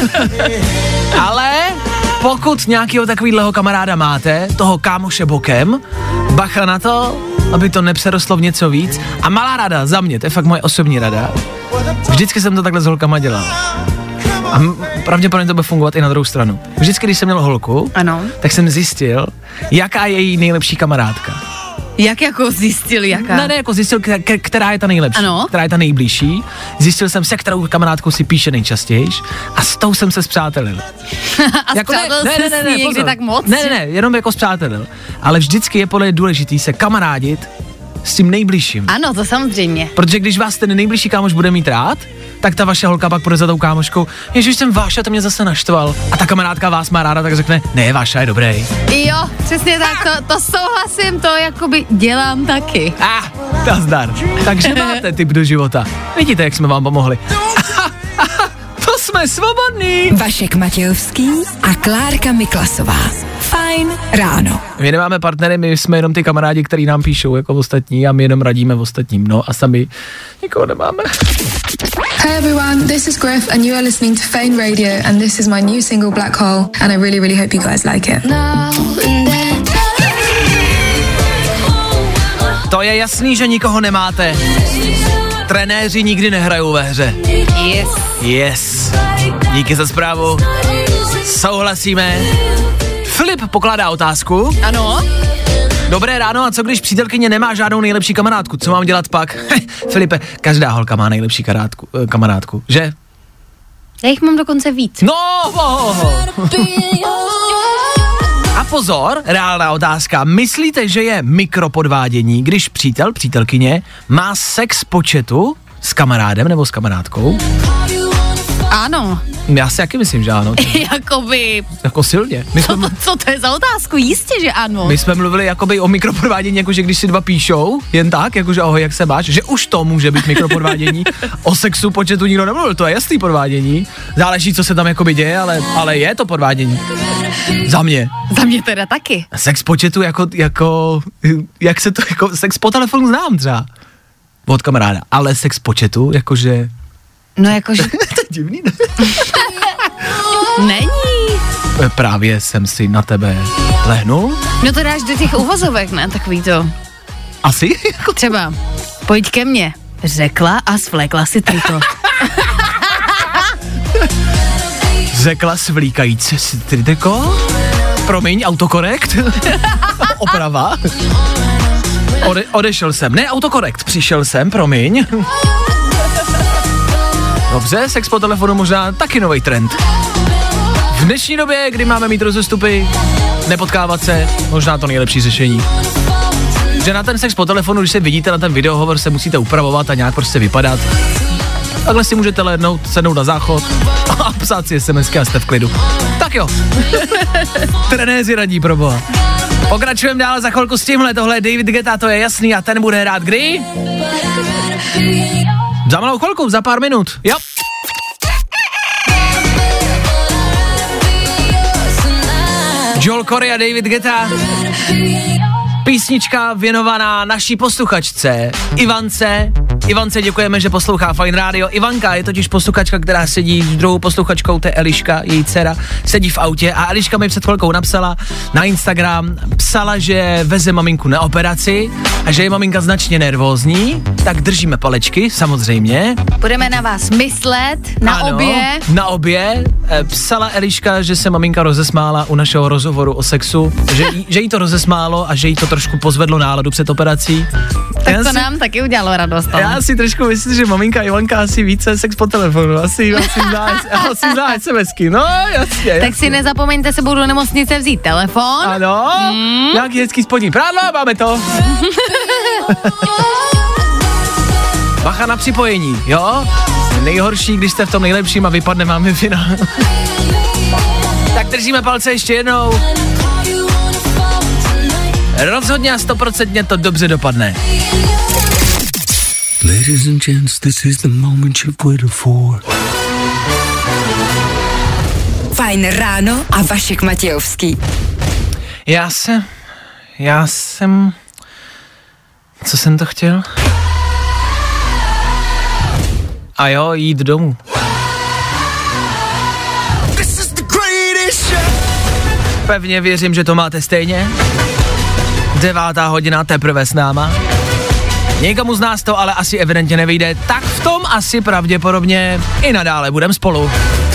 Ale pokud nějakého takovýhleho kamaráda máte, toho kámoše bokem, bacha na to, aby to nepřerostlo v něco víc. A malá rada za mě, to je fakt moje osobní rada. Vždycky jsem to takhle s holkama dělal. A m- pravděpodobně to bude fungovat i na druhou stranu. Vždycky, když jsem měl holku, ano, tak jsem zjistil, jaká je její nejlepší kamarádka. Jak jako zjistil, jaká? Ne, ne, jako zjistil, k- k- která je ta nejlepší, ano, která je ta nejbližší. Zjistil jsem, se kterou kamarádkou si píše nejčastěji a s tou jsem se spřátelil. A jako spřátelil ne, ne, ne, ne, někdy pozor. tak moc? Ne, ne, ne, jenom jako spřátelil. Ale vždycky je podle důležitý se kamarádit s tím nejbližším. Ano, to samozřejmě. Protože když vás ten nejbližší kámoš bude mít rád, tak ta vaše holka pak půjde za tou kámoškou, ježiš, jsem Váša, to mě zase naštval. A ta kamarádka vás má ráda, tak řekne, ne, Váša je dobrý. Jo, přesně tak, to, to souhlasím, to jakoby dělám taky. Ah, ta zdar. Takže máte tip do života. Vidíte, jak jsme vám pomohli. To jsme svobodní. Vašek Matějovský a Klárka Miklasová. Fajn ráno. My nemáme partnery, my jsme jenom ty kamarádi, který nám píšou jako ostatní a my jenom radíme v ostatním, no a sami nikoho nemáme. Hey everyone, this is Griff and you are listening to Fane Radio and this is my new single Black Hole and I really really hope you guys like it. To je jasný, že nikoho nemáte. Trenéři nikdy nehrajou ve hře. Yes. Yes. Díky za zprávu. Souhlasíme. Filip pokládá otázku. Ano. Dobré ráno, a co když přítelkyně nemá žádnou nejlepší kamarádku? Co mám dělat pak? Filipe, každá holka má nejlepší kamarádku, kamarádku, že? Já jich mám dokonce víc. No! Oh. A pozor, reálná otázka. Myslíte, že je mikropodvádění, když přítel, přítelkyně má sex po chatu s kamarádem nebo s kamarádkou? Ano. Já si jaký myslím, že ano. Jakoby... Jako silně. My Co jsme, to, co to je za otázku? Jistě, že ano. my jsme mluvili jakoby o mikropodvádění, jakože když si dva píšou, jen tak, jakože ahoj, jak se máš, že už to může být mikropodvádění. O sexu po chatu nikdo nemluvil, to je jasný podvádění. Záleží, co se tam jakoby děje, ale, ale je to podvádění. Za mě. Za mě teda taky. Sex po chatu jako, jako, jak se to, jako sex po telefonu znám třeba. Od kamaráda, ale sex po chatu, jakože... No jakože... to je divný, ne? Není. Právě jsem si na tebe lehnul. No to dáš do těch uvozovek, ne? Takový to. Asi? Třeba, pojď ke mně. Řekla a svlékla si triko. Řekla svlíkající si triko? Promiň, autokorekt? Oprava? Ode, odešel jsem. Ne, autokorekt, přišel jsem, promiň. Dobře, sex po telefonu možná taky nový trend. V dnešní době, kdy máme mít rozestupy, nepotkávat se, možná to nejlepší řešení. Že na ten sex po telefonu, když se vidíte na ten videohovor, se musíte upravovat a nějak prostě vypadat. Takhle si můžete lednout, sednout na záchod a psát si SMSky a jste v klidu. Tak jo. Trenéři radí, proboha. Pokračujeme dál za chvilku s tímhle, tohle je David Guetta, to je jasný, a ten bude hrát kdy? Za malou chvilku, za pár minut, jo. Joel Corey a David Guetta. Písnička věnovaná naší posluchačce Ivance. Ivance děkujeme, že poslouchá Fajn rádio. Ivanka je totiž posluchačka, která sedí s druhou posluchačkou, to je Eliška, její dcera, sedí v autě a Eliška mi před chvilkou napsala na Instagram, psala, že veze maminku na operaci a že je maminka značně nervózní, tak držíme palečky, samozřejmě. Budeme na vás myslet, na ano, obě. Na obě. Psala Eliška, že se maminka rozesmála u našeho rozhovoru o sexu, že, že jí to rozesmálo a že jí to trošku pozvedlo náladu před operací. Tak já to si, nám taky udělalo radost. Já si trošku myslím, že maminka Ivanka asi více sex po telefonu, asi, asi zná, asi zná SMSky, no jasně. Tak jasně. si nezapomeňte sebou do nemocnice vzít telefon. Ano, mm. nějaký hezký spodní prádlo, máme to. Bacha na připojení, jo? Nejhorší, když jste v tom nejlepším a vypadne vám Wi-Fi. Tak držíme palce ještě jednou. Rozhodně a stoprocentně to dobře dopadne. Ladies and gents, this is the moment you've waited for. Fajn ráno a Vašek Matějovský. Já jsem... Já jsem... Co jsem to chtěl? A jo, jít domů. Pevně věřím, že to máte stejně. Devátá hodina teprve s náma. Někomu z nás to ale asi evidentně nevyjde, tak v tom asi pravděpodobně i nadále budeme spolu.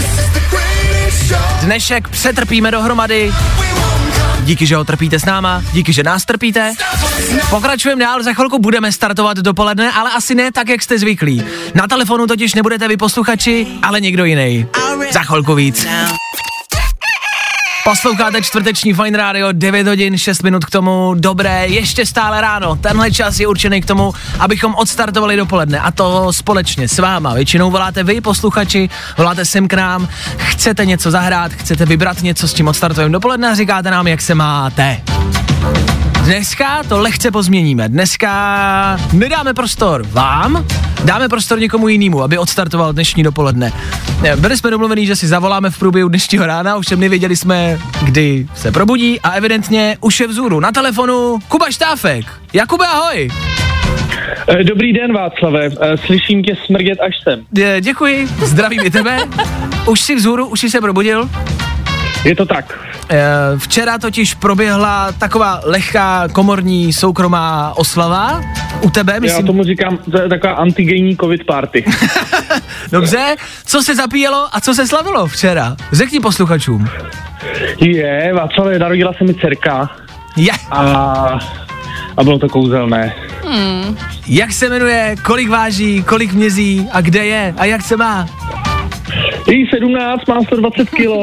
Dnešek přetrpíme dohromady. Díky, že ho trpíte s náma, díky, že nás trpíte. Pokračujeme dál, za chvilku budeme startovat dopoledne, ale asi ne tak, jak jste zvyklí. Na telefonu totiž nebudete vy posluchači, ale někdo jiný. Za chvilku víc. Posloucháte čtvrteční Fajn rádio, devět hodin, šest minut k tomu, dobré, ještě stále ráno. Tenhle čas je určený k tomu, abychom odstartovali dopoledne a to společně s váma. Většinou voláte vy, posluchači, voláte sem k nám, chcete něco zahrát, chcete vybrat něco, s tím odstartujeme dopoledne a říkáte nám, jak se máte. Dneska to lehce pozměníme. Dneska nedáme prostor vám, dáme prostor někomu jinému, aby odstartoval dnešní dopoledne. Byli jsme domluvení, že si zavoláme v průběhu dnešního rána, už jsem nevěděli jsme, kdy se probudí a evidentně už je vzhůru. Na telefonu Kuba Štáfek. Jakube, ahoj. Dobrý den, Václave. Slyším tě smrdět až sem. Dě, děkuji, zdravím i tebe. Už jsi vzhůru, už jsi se probudil? Je to tak. Včera totiž proběhla taková lehká komorní soukromá oslava u tebe, myslím. Já tomu říkám, to je taková antigenní covid party. Dobře, co se zapíjelo a co se slavilo včera? Řekni posluchačům. Je, Václave, narodila se mi dcerka. Je. A, a bylo to kouzelné. Hmm. Jak se jmenuje, kolik váží, kolik měří a kde je a jak se má? Jí sedmnáct, má sto dvacet kilo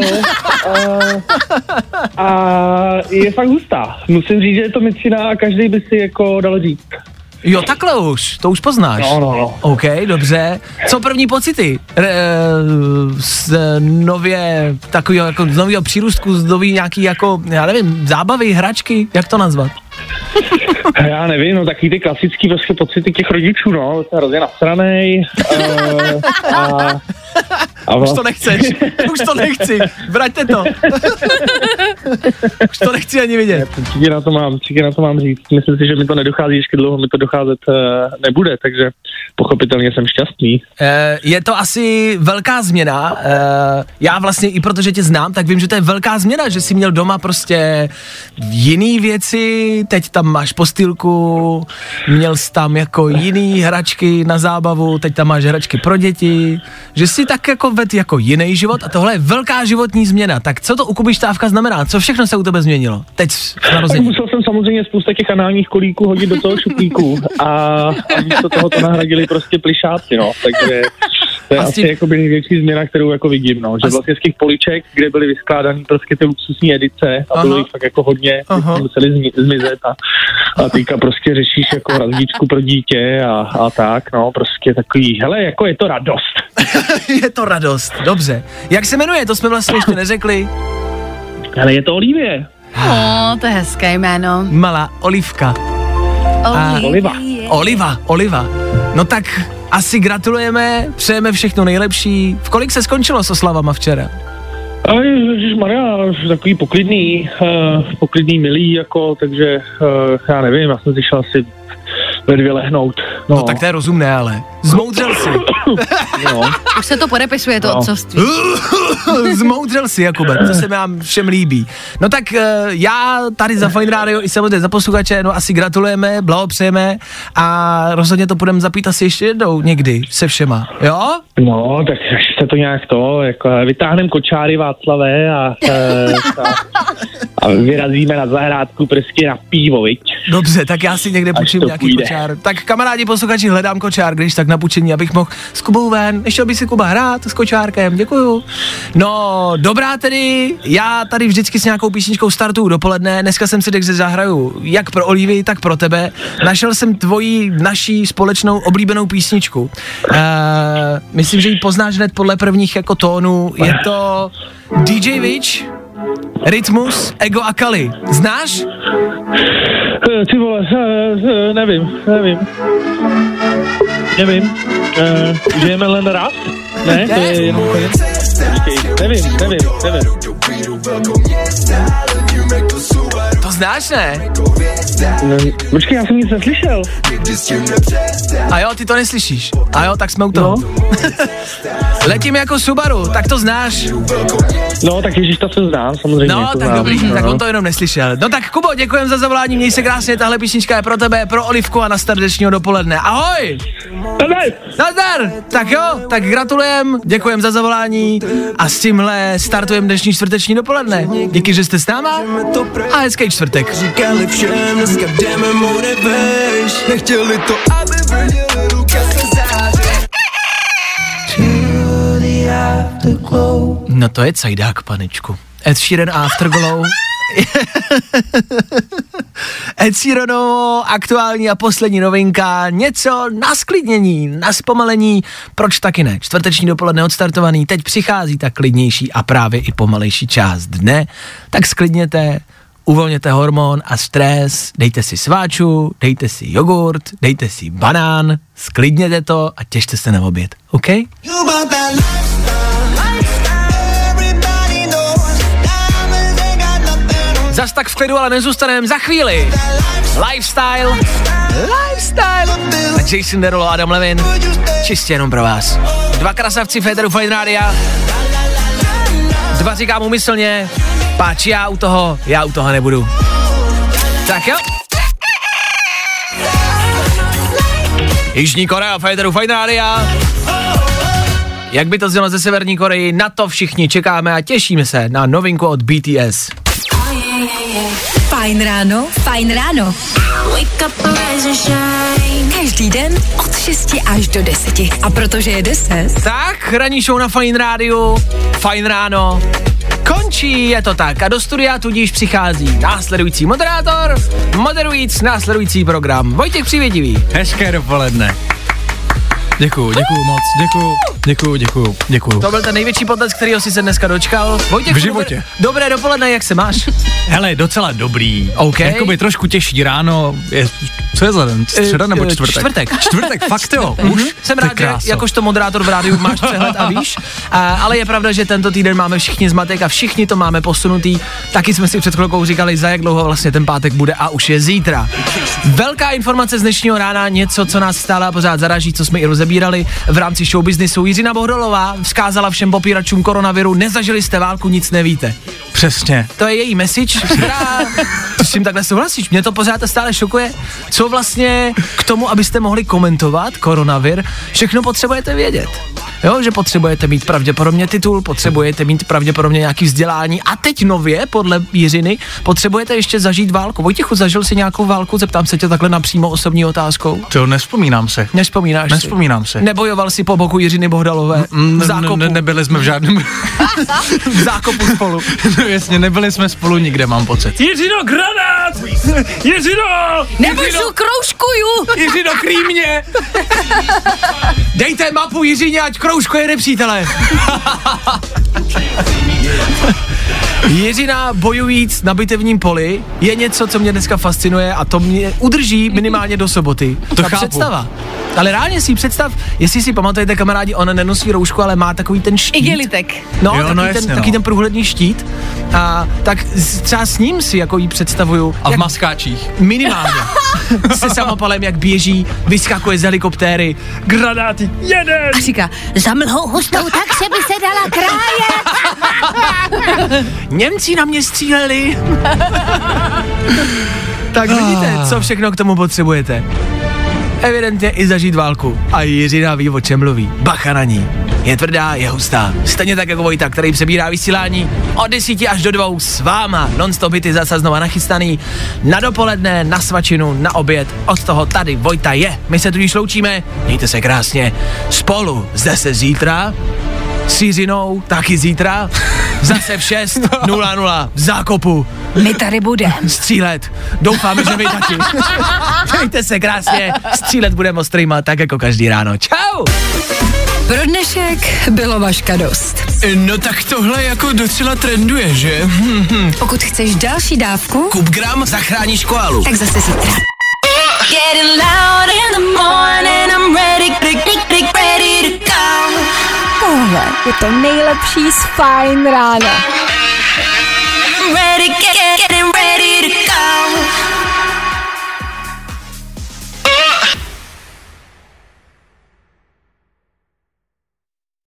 a, a je fakt hustá. Musím říct, že je to mycina a každý by si jako dal říct. Jo, takhle už, to už poznáš. No, no, no. OK, dobře. Co první pocity? Re, z nově, takového, jako z nového přírůstku, z nový nějaký, jako, já nevím, zábavy, hračky, jak to nazvat? Já nevím, no taky ty klasický prostě pocity těch rodičů, no, jsem hrozně nasranej. Uh, a, a Už to nechceš, už to nechci, vraťte to. Už to nechci ani vidět. Určitě na to mám, určitě na to mám říct. Myslím si, že mi to nedochází, ještě dlouho mi to docházet uh, nebude, takže pochopitelně jsem šťastný. Uh, je to asi velká změna. Uh, já vlastně i protože tě znám, tak vím, že to je velká změna, že jsi měl doma prostě jiný věci, teď tam máš postýlku, měl jsi tam jako jiný hračky na zábavu, teď tam máš hračky pro děti, že jsi tak jako ved jako jiný život a tohle je velká životní změna. Tak co to u Kuby Štávka znamená? Co všechno se u tebe změnilo? Teď v narození. Musel jsem samozřejmě spousta těch análních kolíků hodit do toho šuplíku a, a místo toho to nahradili prostě plišáci, no, takže to je asi, asi jakoby největší změna, kterou jako vidím, no, že asi... vlastně z těch poliček, kde byly vyskládaný prostě ty luxusní edice a bylo jich fakt jako hodně, museli zmi- zmizet a, a teďka prostě řešíš jako hrazdičku pro dítě a, a tak, no, prostě takový, hele, jako je to radost. Je to radost, dobře. Jak se jmenuje, to jsme vlastně ještě neřekli. Ale je to Olivie. Oh, to je hezké jméno. Malá Olivka. A Oliva. Oliva, Oliva. No tak asi gratulujeme, přejeme všechno nejlepší. V kolik se skončilo s oslavama včera? Ježišmarja, takový poklidný, uh, poklidný, milý, jako, takže uh, já nevím, já jsem si šel asi ve dvě lehnout. No. no tak to je rozumné, ale zmoudřel si. No. Už se to podepisuje, to no. otcovství. Zmoudřel si, Jakube, to se nám všem líbí. No tak uh, já tady za Fajn Radio i samozřejmě za posluchače, no asi gratulujeme, blahopřejeme a rozhodně to budeme zapít asi ještě jednou někdy se všema, jo? No, tak se to nějak to, jako vytáhneme kočáry Václavé a, a, a vyrazíme na zahrádku prostě na pivo, viď? Dobře, tak já si někde půjčím nějaký půjde. kočár. Tak kamarádi posluchači, hledám kočár, když tak na půjčení, abych mohl s Kubou ven. Nešel by si Kuba hrát s kočárkem, děkuju. No, dobrá tedy, já tady vždycky s nějakou písničkou startuju dopoledne, dneska jsem si takže zahraju jak pro Olivii, tak pro tebe. Našel jsem tvoji, naší společnou oblíbenou písničku. Uh, myslím, že ji poznáš hned podle prvních jako tónů. Je to D J Witch, Rytmus, Ego a Kali. Znáš? Ty vole, nevím, nevím. Nevím. Uh, žijeme len raz? Ne, to je jenom to je. Nevím, nevím, nevím. To znáš, ne? No, počkej, já jsem nic neslyšel. A jo, ty to neslyšíš. A jo, tak jsme u toho. No. Letím jako Subaru, tak to znáš. No, tak ježiš, to se znám, samozřejmě. No, tak znám. dobrý, no. tak on to jenom neslyšel. No tak Kubo, děkujem za zavolání, měj se krásně, tahle písnička je pro tebe, pro Olivku a na start dnešního dopoledne. Ahoj! Nazdar! Nazdar! Tak jo, tak gratulujem, děkujem za zavolání a s tímhle startujeme dnešní čtvrteční dopoledne. Díky, že jste s náma a hezký čtvrtek. Říkali všem, dneska jdeme motiveš. Nechtěli to, aby viděli, ruka se záře. No to je cajdák, panečku. Ed Sheeran Afterglow. Ed Sheeranovo aktuální a poslední novinka, něco na sklidnění, na zpomalení, proč taky ne, čtvrteční dopoledne odstartovaný, teď přichází ta klidnější a právě i pomalejší část dne, tak sklidněte, uvolněte hormon a stres, dejte si sváču, dejte si jogurt, dejte si banán, sklidněte to a těšte se na oběd, OK? Zas tak v klidu, ale nezůstaneme za chvíli. Lifestyle, lifestyle. A Jason Derulo, Adam Levin, čistě jenom pro vás. Dva krasavci Féteru Fajn Rádia. Dva říkám umyslně, páč já u toho, já u toho nebudu. Tak jo. Jižní Korea, Féteru Fajn Rádia. Jak by to znělo ze Severní Koreji, na to všichni čekáme a těšíme se na novinku od B T S. Fajn ráno, fajn ráno. Každý den od šesti až do deseti. A protože je deset. Tak, ranní show na Fajn rádiu, Fajn ráno. Končí, je to tak. A do studia tudíž přichází následující moderátor, moderujíc následující program. Vojtěch Přivědivý. Hezké dopoledne. Děkuju, děkuju moc, děkuju, děkuju, děkuju, děkuju. To byl ten největší potlesk, kterýho si se dneska dočkal. Vojtěch, v životě. Dobré, dobré dopoledne, jak se máš? Hele, docela dobrý. OK. Jakoby trošku těžší ráno, je, co je za den? Středa nebo čtvrtek? Čtvrtek. Čtvrtek, fakt jo, už? Jsem rád, že jakožto moderátor v rádiu máš přehled a víš, a, ale je pravda, že tento týden máme všichni zmatek a všichni to máme posunutý. Taky jsme si před chvilkou říkali, za jak dlouho vlastně ten pátek bude a už je zítra. Velká informace z dnešního rána, něco, co nás stále a pořád zaráží, co jsme i rozebírali v rámci showbiznisu. Jiřina Bohdalová vzkázala všem popíračům koronaviru, nezažili jste válku, nic nevíte. Přesně. To je její message, která, s tím takhle souhlasíš, mě to pořád stále šokuje, co vlastně k tomu, abyste mohli komentovat koronavir, všechno potřebujete vědět. Jo, že potřebujete mít pravděpodobně titul, potřebujete mít pravděpodobně nějaký vzdělání a teď nově, podle Jiřiny, potřebujete ještě zažít válku. Vojtěchu, zažil jsi nějakou válku? Zeptám se tě takhle napřímo osobní otázkou. To nespomínám se. Nespomínáš Nespomínám si? se. Nebojoval jsi po boku Jiřiny Bohdalové v zákopu? Ne, ne, nebyli jsme v žádném v zákopu spolu. No jasně, nebyli jsme spolu nikde, mám pocit. Jiřino, granát! Jiřino! Nemůžu, kroužkuju! Jiřino, krýmě! Dejte mapu Jiřině, ať kroužkuju! Rouško jede, přítele. Jiřina bojujíc na bitevním poli je něco, co mě dneska fascinuje a to mě udrží minimálně do soboty. To Ta chápu. představa. Ale reálně si představ, jestli si pamatujete, kamarádi, ona nenosí roušku, ale má takový ten štít. Igelitek. No, Jo, taky, no ten, jasně, taky no. ten průhledný štít. A tak s- třeba s ním si jako jí představuju. A v jak maskáčích. minimálně. Se samopalem, jak běží, vyskakuje z helikoptéry, granáty, jeden! A říká, za mlhou hustou tak se by se dala krájet. Němci na mě stříleli. Tak vidíte, co všechno k tomu potřebujete. Evidentně i zažít válku. A Jiřina ví, o čem mluví. Bacha na ní. Je tvrdá, je hustá. Stejně tak jako Vojta, který přebírá vysílání od desíti až do dvou s váma. Non-stop hity zase znova nachystaný. Na dopoledne, na svačinu, na oběd. Od toho tady Vojta je. My se tudíž loučíme. Mějte se krásně. Spolu zase zítra. S Jiřinou taky zítra. Zase v šest nula nula v Zákopu. My tady budeme. Střílet. Doufáme, že vy taky. Mějte se krásně. Střílet budeme ostrýma tak jako každý ráno. Čau! Pro dnešek bylo Vaška dost. No tak tohle jako docela trenduje, že? Pokud chceš další dávku, Kupgram zachrání koalu. tak zase zítra. Getting loud in the morning, I'm ready, ready, ready to go. Tohle je to nejlepší z Fajn rána. Ready, get, getting ready to